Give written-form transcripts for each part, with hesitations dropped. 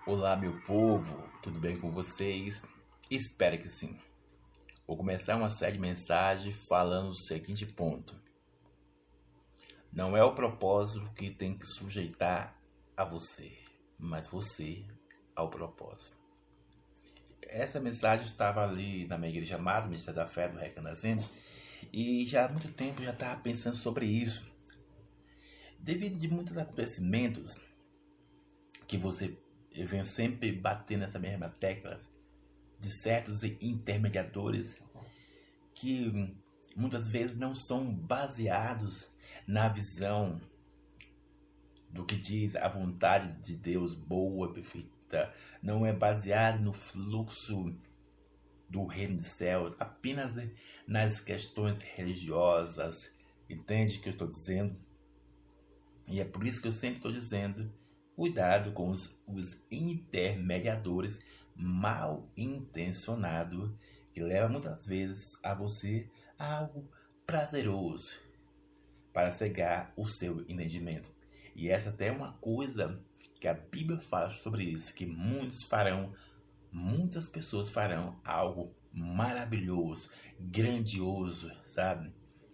Olá, meu povo, tudo bem com vocês? Espero que sim. Vou começar uma série de mensagens falando do seguinte ponto. Não é o propósito que tem que sujeitar a você, mas você ao propósito. Essa mensagem estava ali na minha igreja amada, Ministério da Fé, do Recanazendo, e já há muito tempo já estava pensando sobre isso. Devido de muitos acontecimentos que eu venho sempre batendo nessa mesma tecla de certos intermediadores que muitas vezes não são baseados na visão do que diz a vontade de Deus boa, perfeita, não é baseado no fluxo do reino dos céus, apenas nas questões religiosas. Entende o que eu estou dizendo? E é por isso que eu sempre estou dizendo: cuidado com os intermediadores mal intencionados que levam muitas vezes a você a algo prazeroso para cegar o seu entendimento. E essa até é uma coisa que a Bíblia fala sobre isso, que muitas pessoas farão algo maravilhoso, grandioso, sabe?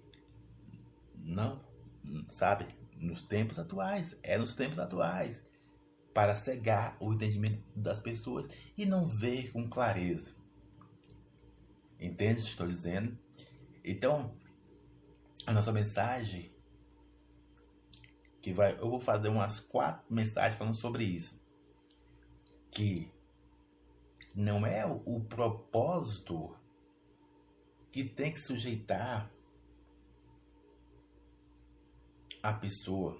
Não, sabe? Nos tempos atuais, para cegar o entendimento das pessoas e não ver com clareza. Entende o que estou dizendo? Então, a nossa mensagem, eu vou fazer umas 4 mensagens falando sobre isso. Que não é o propósito que tem que sujeitar a pessoa,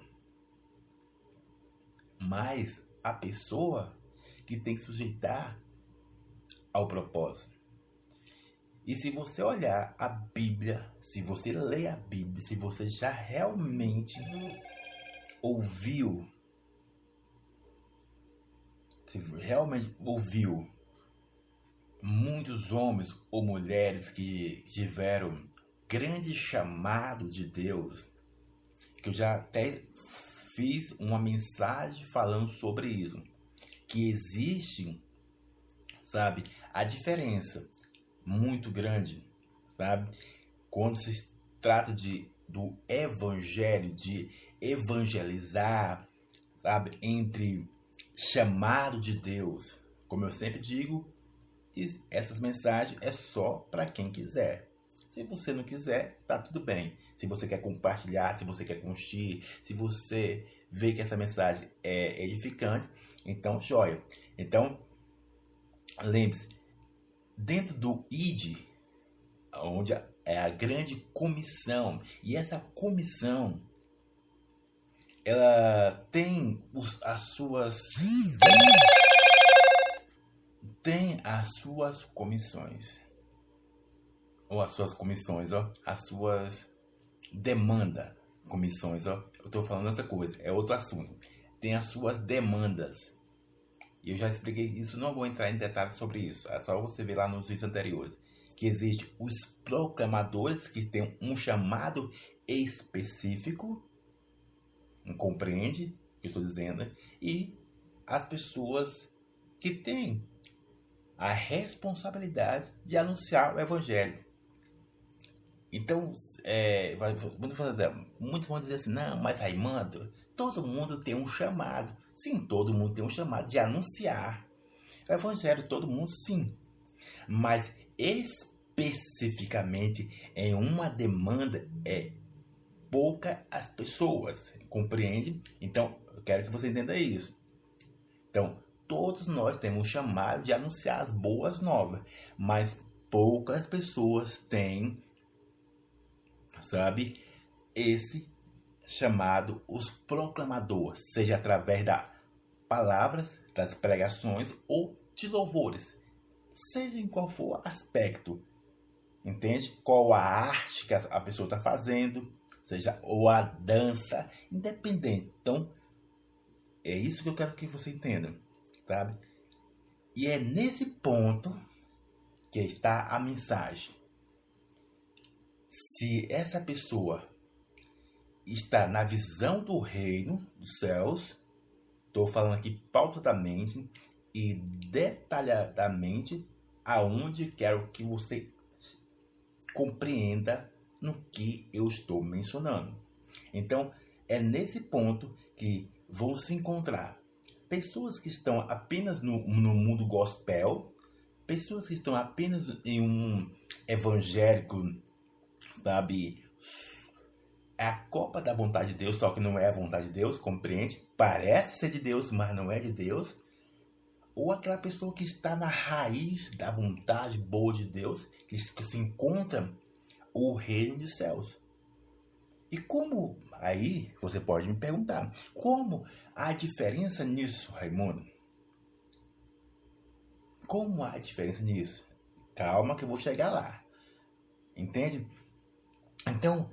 mas a pessoa que tem que sujeitar ao propósito. E se você olhar a Bíblia, se você ler a Bíblia, se você já realmente ouviu muitos homens ou mulheres que tiveram grande chamado de Deus, que eu já até fiz uma mensagem falando sobre isso, que existe, sabe, a diferença muito grande, sabe, quando se trata do evangelho, de evangelizar, sabe, entre chamado de Deus. Como eu sempre digo, essas mensagens é só para quem quiser. Se você não quiser, tá tudo bem. Se você quer compartilhar, se você quer curtir, se você vê que essa mensagem é edificante, então joia. Então, lembre-se, dentro do ID, onde é a grande comissão, e essa comissão, ela tem as suas comissões, ou as suas comissões, as suas comissões, eu estou falando outra coisa, é outro assunto. Tem as suas demandas. E eu já expliquei isso, não vou entrar em detalhes sobre isso. É só você ver lá nos vídeos anteriores. Que existem os proclamadores que têm um chamado específico. Compreende o que eu estou dizendo? E as pessoas que têm a responsabilidade de anunciar o evangelho. Então, muitos vão dizer assim: não, mas Raimundo, todo mundo tem um chamado. Sim, todo mundo tem um chamado de anunciar o evangelho, todo mundo sim. Mas especificamente em uma demanda pouca as pessoas, compreende? Então, eu quero que você entenda isso. Então, todos nós temos um chamado de anunciar as boas novas, mas poucas pessoas têm, sabe, esse chamado, os proclamadores, seja através das palavras, das pregações ou de louvores, seja em qual for o aspecto, entende? Qual a arte que a pessoa está fazendo, seja ou a dança, independente. Então, é isso que eu quero que você entenda, sabe? E é nesse ponto que está a mensagem. Se essa pessoa está na visão do reino dos céus, estou falando aqui pautadamente, e detalhadamente aonde quero que você compreenda no que eu estou mencionando. Então, é nesse ponto que vão se encontrar pessoas que estão apenas no mundo gospel, pessoas que estão apenas em um evangélico, sabe? É a copa da vontade de Deus, só que não é a vontade de Deus, compreende? Parece ser de Deus, mas não é de Deus. Ou aquela pessoa que está na raiz da vontade boa de Deus, que se encontra o reino dos céus. E como, aí você pode me perguntar, como há diferença nisso, Raimundo? Como há diferença nisso? Calma que eu vou chegar lá. Entende? Então,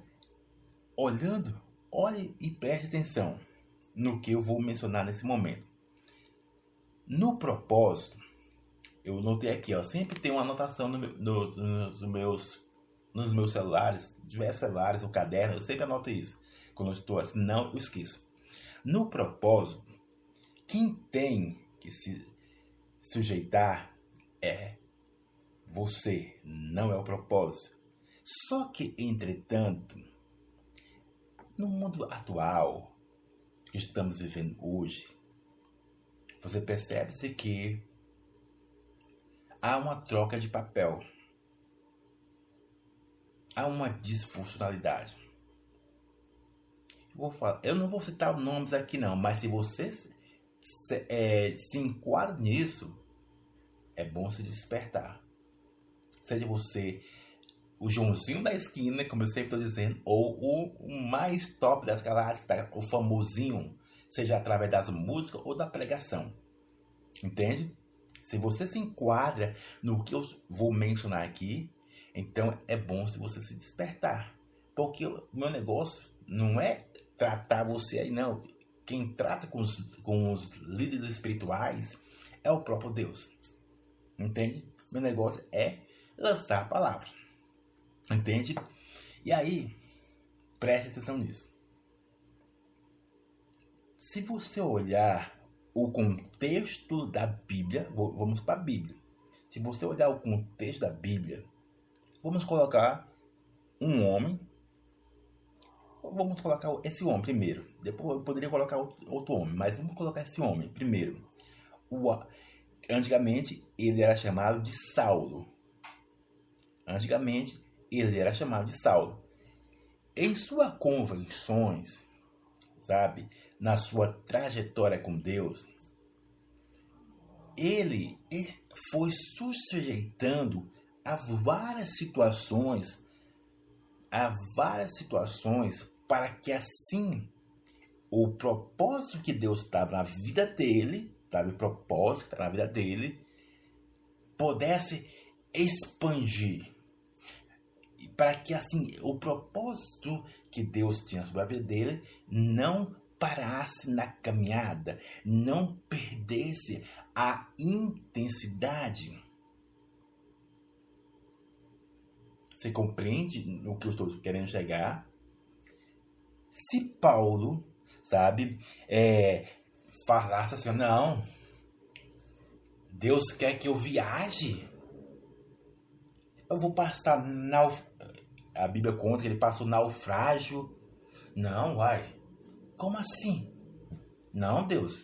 olhe e preste atenção no que eu vou mencionar nesse momento. No propósito, eu notei aqui, ó, sempre tem uma anotação nos meus celulares, diversos celulares, o caderno, eu sempre anoto isso. Quando eu estou assim, não eu esqueço. No propósito, quem tem que se sujeitar é você, não é o propósito. Só que, entretanto, no mundo atual que estamos vivendo hoje, você percebe-se que há uma troca de papel. Há uma disfuncionalidade. Eu não vou citar nomes aqui não, mas se você se enquadra nisso, é bom se despertar. Seja você o Joãozinho da esquina, como eu sempre estou dizendo, ou o mais top das galáxias, o famosinho, seja através das músicas ou da pregação. Entende? Se você se enquadra no que eu vou mencionar aqui, então é bom se você se despertar. Porque o meu negócio não é tratar você aí, não. Quem trata com os líderes espirituais é o próprio Deus. Entende? Meu negócio é lançar a palavra. Entende? E aí, preste atenção nisso. Se você olhar o contexto da Bíblia, vamos para a Bíblia. Se você olhar o contexto da Bíblia, vamos colocar um homem. Vamos colocar esse homem primeiro. Depois eu poderia colocar outro homem, mas vamos colocar esse homem primeiro. Antigamente ele era chamado de Saulo. Em suas convenções, sabe, na sua trajetória com Deus, ele foi sujeitando a várias situações para que assim o propósito que Deus estava na vida dele, sabe, o propósito que estava na vida dele, pudesse expandir. Para que assim o propósito que Deus tinha sobre a vida dele não parasse na caminhada, não perdesse a intensidade. Você compreende no que eu estou querendo chegar? Se Paulo, sabe, falasse assim, não, Deus quer que eu viaje, eu vou passar a Bíblia conta que ele passou naufrágio. Não, uai. Como assim? Não, Deus.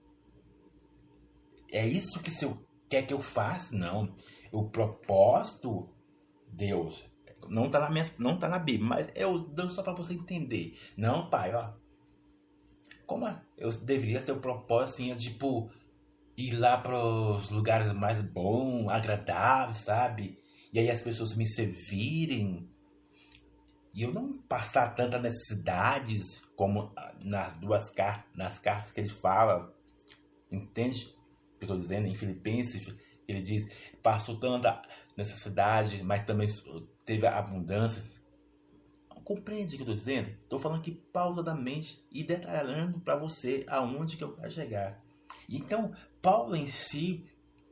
É isso que você quer que eu faça? Não. O propósito, Deus, não tá na Bíblia, mas eu dou só para você entender. Não, pai, ó. Como eu deveria ser o propósito, assim, tipo, ir lá para os lugares mais bons, agradáveis, sabe? E aí as pessoas me servirem. E eu não passar tantas necessidades como nas cartas que ele fala. Entende o que eu estou dizendo? Em Filipenses, ele diz, passou tanta necessidade, mas também teve abundância. Compreende o que eu estou dizendo? Estou falando aqui pausadamente e detalhando para você aonde que eu quero chegar. Então, Paulo em si,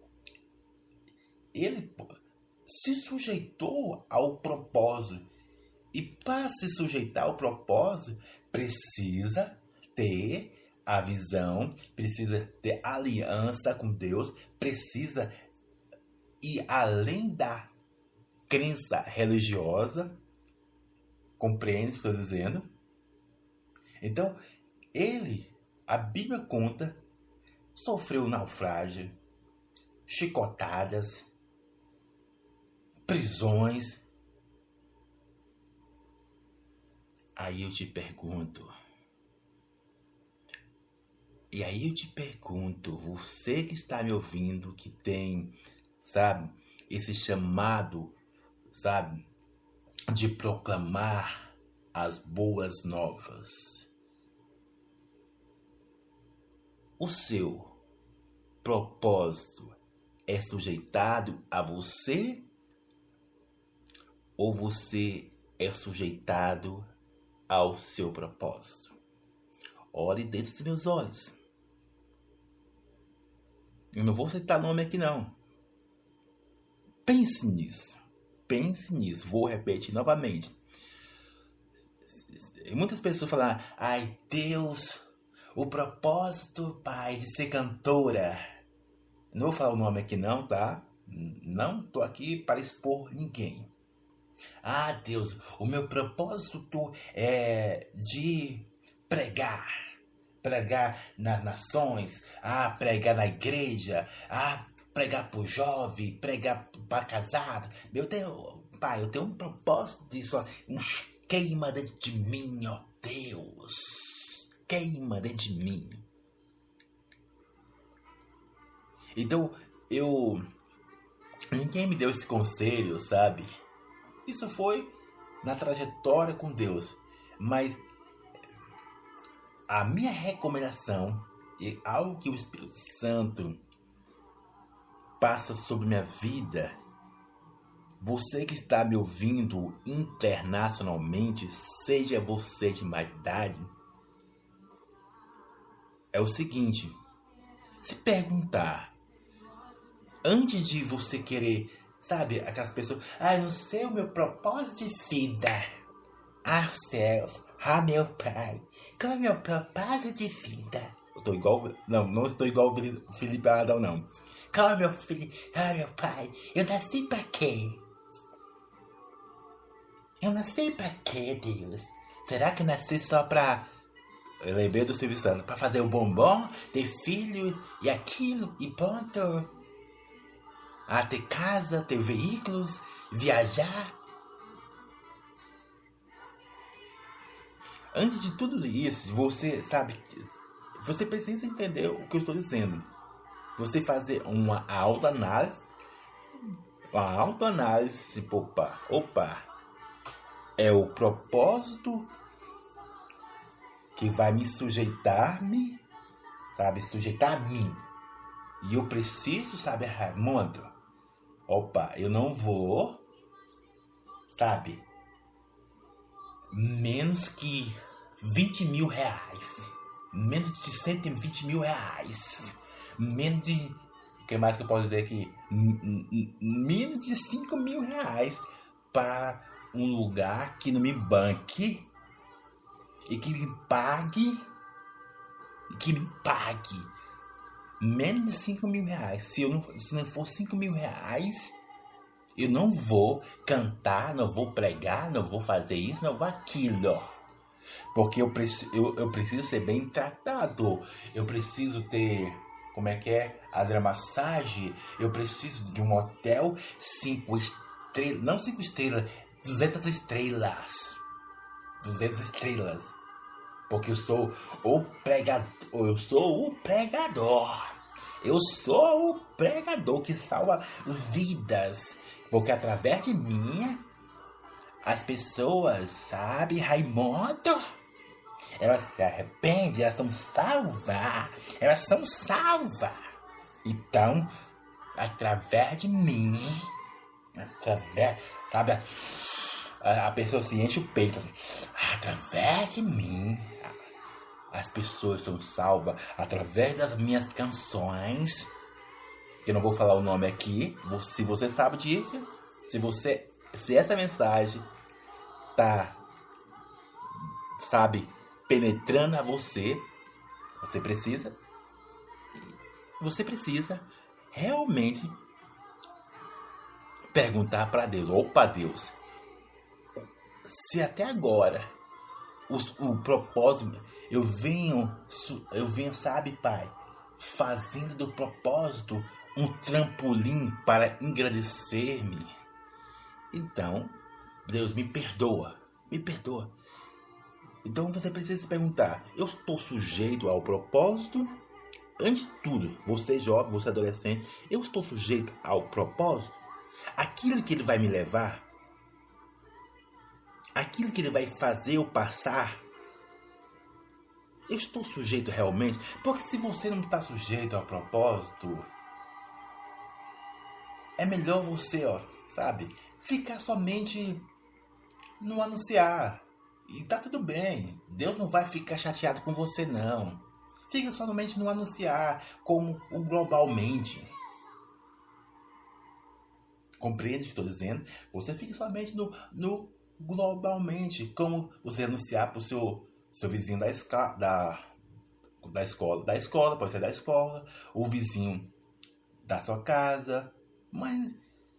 ele se sujeitou ao propósito. E para se sujeitar ao propósito, precisa ter a visão, precisa ter aliança com Deus, precisa ir além da crença religiosa. Compreende o que estou dizendo? Então, a Bíblia conta, sofreu naufrágio, chicotadas, prisões. Aí eu te pergunto, você que está me ouvindo, que tem, sabe, esse chamado, sabe, de proclamar as boas novas. O seu propósito é sujeitado a você ou você é sujeitado ao seu propósito? Olhe dentro dos meus olhos. Eu não vou citar nome aqui não. Pense nisso. Vou repetir novamente. Muitas pessoas falam, ai Deus, o propósito, pai, de ser cantora. Não vou falar o nome aqui não, tá? Não tô aqui para expor ninguém. Ah, Deus, o meu propósito é de pregar nas nações, pregar na igreja, pregar para o jovem, pregar para casado. Meu Deus, pai, eu tenho um propósito disso, queima dentro de mim, ó Deus, queima dentro de mim. Então, ninguém me deu esse conselho, sabe? Isso foi na trajetória com Deus, mas a minha recomendação é algo que o Espírito Santo passa sobre minha vida. Você que está me ouvindo internacionalmente, seja você de mais idade, é o seguinte: se perguntar, antes de você querer, sabe, aquelas pessoas, eu não sei o meu propósito de vida. Céus, meu pai, qual é o meu propósito de vida? Não estou igual o Felipe Adão, não. Qual é meu filho? Meu pai, eu nasci pra quê? Eu nasci pra quê, Deus? Será que eu nasci só pra... Eu lembrei do Silvio Santos, pra fazer o bombom, ter filho e aquilo e ponto. Ter casa, ter veículos, viajar. Antes de tudo isso, você precisa entender o que eu estou dizendo. Você fazer uma autoanálise. Opa, é o propósito que vai me sujeitar a mim. E eu preciso, Raimundo, eu não vou, menos que 20 mil reais, menos de 120 mil reais, menos de, o que mais que eu posso dizer aqui, menos de 5 mil reais para um lugar que não me banque e que me pague, menos de 5 mil reais. Se não for 5 mil reais, eu não vou cantar, não vou pregar, não vou fazer isso, não vou aquilo. Porque eu preciso ser bem tratado. Eu preciso ter, a hidromassagem. Eu preciso de um hotel 5 estrelas, não 5 estrelas, 200 estrelas. 200 estrelas. Porque eu sou o pregador. Eu sou o pregador que salva vidas. Porque através de mim, as pessoas, Raimundo, elas se arrependem, elas são salvas. Então, através de mim, a pessoa se enche o peito, através de mim, as pessoas são salvas, através das minhas canções, que eu não vou falar o nome aqui. Se você sabe disso, se essa mensagem tá, penetrando a você, Você precisa realmente perguntar para Deus, ou para Deus, se até agora o propósito, eu venho, sabe, Pai, fazendo do propósito um trampolim para engrandecer-me. Então, Deus, me perdoa. Então você precisa se perguntar, eu estou sujeito ao propósito? Antes de tudo, você jovem, você adolescente, eu estou sujeito ao propósito? Aquilo que ele vai me levar, aquilo que ele vai fazer eu passar, eu estou sujeito realmente? Porque se você não está sujeito ao propósito, é melhor você, sabe, ficar somente no anunciar. E tá tudo bem. Deus não vai ficar chateado com você, não. Fica somente no anunciar, como o globalmente. Compreende o que estou dizendo? Você fica somente no globalmente, como você anunciar para o seu vizinho da escola, pode ser da escola, o vizinho da sua casa, mas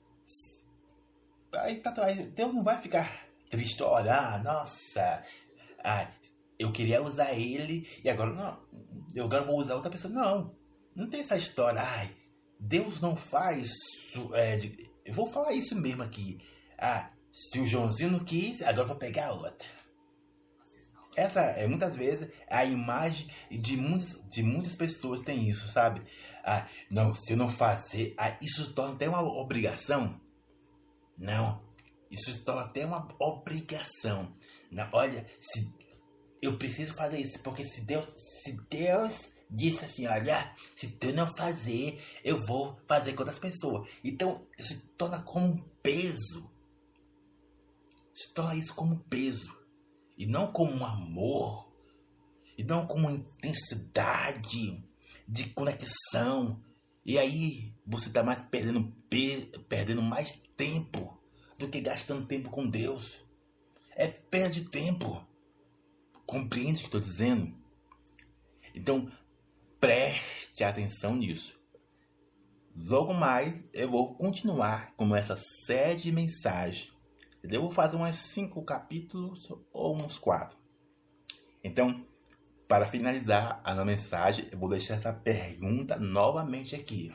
aí Deus não vai ficar triste, olha, nossa, eu queria usar ele e agora não, eu agora vou usar outra pessoa. Não tem essa história, Deus não faz, eu vou falar isso mesmo aqui, se o Joãozinho não quis, agora eu vou pegar outra. Essa é muitas vezes a imagem de muitas pessoas tem isso, sabe? Não, se eu não fazer, isso se torna até uma obrigação. Não, isso se torna até uma obrigação. Não, olha, eu preciso fazer isso, porque se Deus disse assim, olha, se tu não fazer, eu vou fazer com outras pessoas. Então, se torna como um peso. Se torna isso como um peso. E não como um amor. E não como uma intensidade de conexão. E aí, você está mais perdendo mais tempo do que gastando tempo com Deus. É perda de tempo. Compreende o que estou dizendo? Então, preste atenção nisso. Logo mais, eu vou continuar com essa série de mensagens. Eu vou fazer uns 5 capítulos ou uns 4. Então, para finalizar a minha mensagem, eu vou deixar essa pergunta novamente aqui.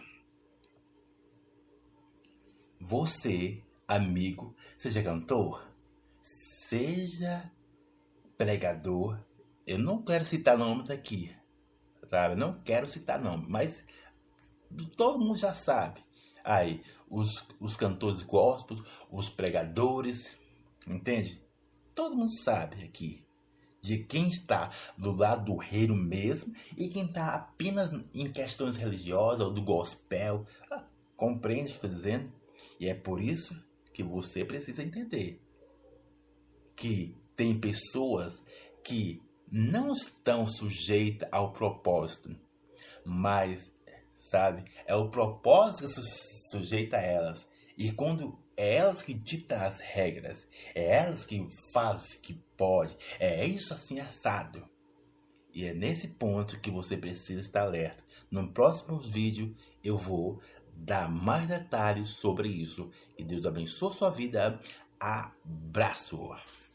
Você, amigo, seja cantor, seja pregador, eu não quero citar nomes aqui, sabe? Eu não quero citar nomes, mas todo mundo já sabe. Aí, os cantores gospels, os pregadores, entende? Todo mundo sabe aqui de quem está do lado do reino mesmo e quem está apenas em questões religiosas ou do gospel. Compreende o que estou dizendo? E é por isso que você precisa entender que tem pessoas que não estão sujeitas ao propósito, mas, sabe, é o propósito que sujeita a elas. E quando é elas que ditam as regras, é elas que fazem, que pode, é isso assim assado. E é nesse ponto que você precisa estar alerta. No próximo vídeo eu vou dar mais detalhes sobre isso. Que Deus abençoe sua vida. Abraço!